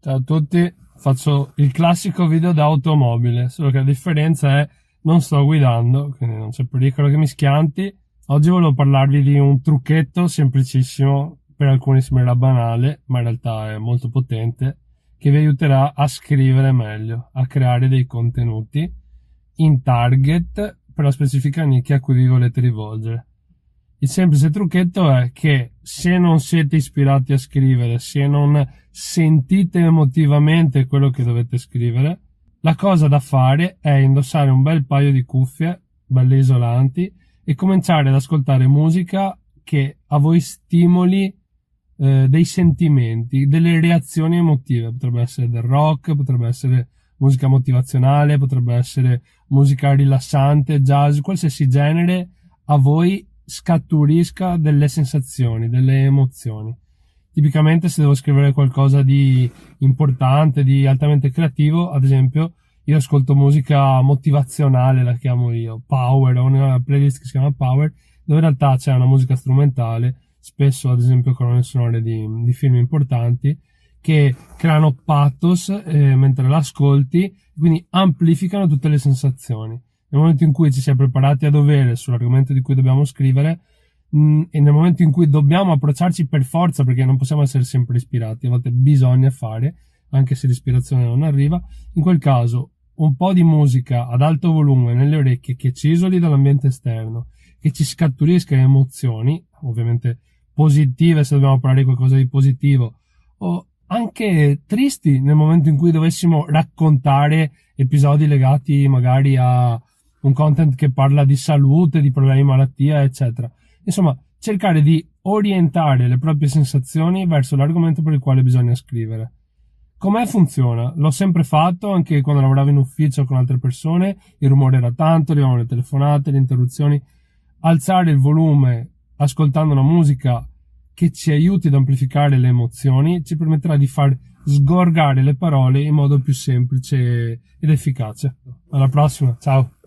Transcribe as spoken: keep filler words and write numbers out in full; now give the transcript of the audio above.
Ciao a tutti, faccio il classico video da automobile, solo che la differenza è non sto guidando, quindi non c'è pericolo che mi schianti. Oggi volevo parlarvi di un trucchetto semplicissimo, per alcuni sembrerà banale, ma in realtà è molto potente, che vi aiuterà a scrivere meglio, a creare dei contenuti in target per la specifica nicchia a cui vi volete rivolgere. Il semplice trucchetto è che se non siete ispirati a scrivere, se non sentite emotivamente quello che dovete scrivere, la cosa da fare è indossare un bel paio di cuffie, belle isolanti, e cominciare ad ascoltare musica che a voi stimoli eh, dei sentimenti, delle reazioni emotive. Potrebbe essere del rock, potrebbe essere musica motivazionale, potrebbe essere musica rilassante, jazz, qualsiasi genere a voi scaturisca delle sensazioni, delle emozioni. Tipicamente se devo scrivere qualcosa di importante, di altamente creativo, ad esempio, io ascolto musica motivazionale, la chiamo io, Power, ho una playlist che si chiama Power, dove in realtà c'è una musica strumentale, spesso ad esempio colonne sonore di, di film importanti, che creano pathos eh, mentre l'ascolti, quindi amplificano tutte le sensazioni. Nel momento in cui ci si è preparati a dovere sull'argomento di cui dobbiamo scrivere mh, e nel momento in cui dobbiamo approcciarci per forza, perché non possiamo essere sempre ispirati, a volte bisogna fare, anche se l'ispirazione non arriva, in quel caso un po' di musica ad alto volume nelle orecchie che ci isoli dall'ambiente esterno, che ci scaturisca emozioni, ovviamente positive se dobbiamo parlare di qualcosa di positivo, o anche tristi nel momento in cui dovessimo raccontare episodi legati magari a un content che parla di salute, di problemi di malattia, eccetera. Insomma, cercare di orientare le proprie sensazioni verso l'argomento per il quale bisogna scrivere. Com'è funziona? L'ho sempre fatto, anche quando lavoravo in ufficio con altre persone, il rumore era tanto, arrivavano le telefonate, le interruzioni. Alzare il volume ascoltando una musica che ci aiuti ad amplificare le emozioni ci permetterà di far sgorgare le parole in modo più semplice ed efficace. Alla prossima, ciao!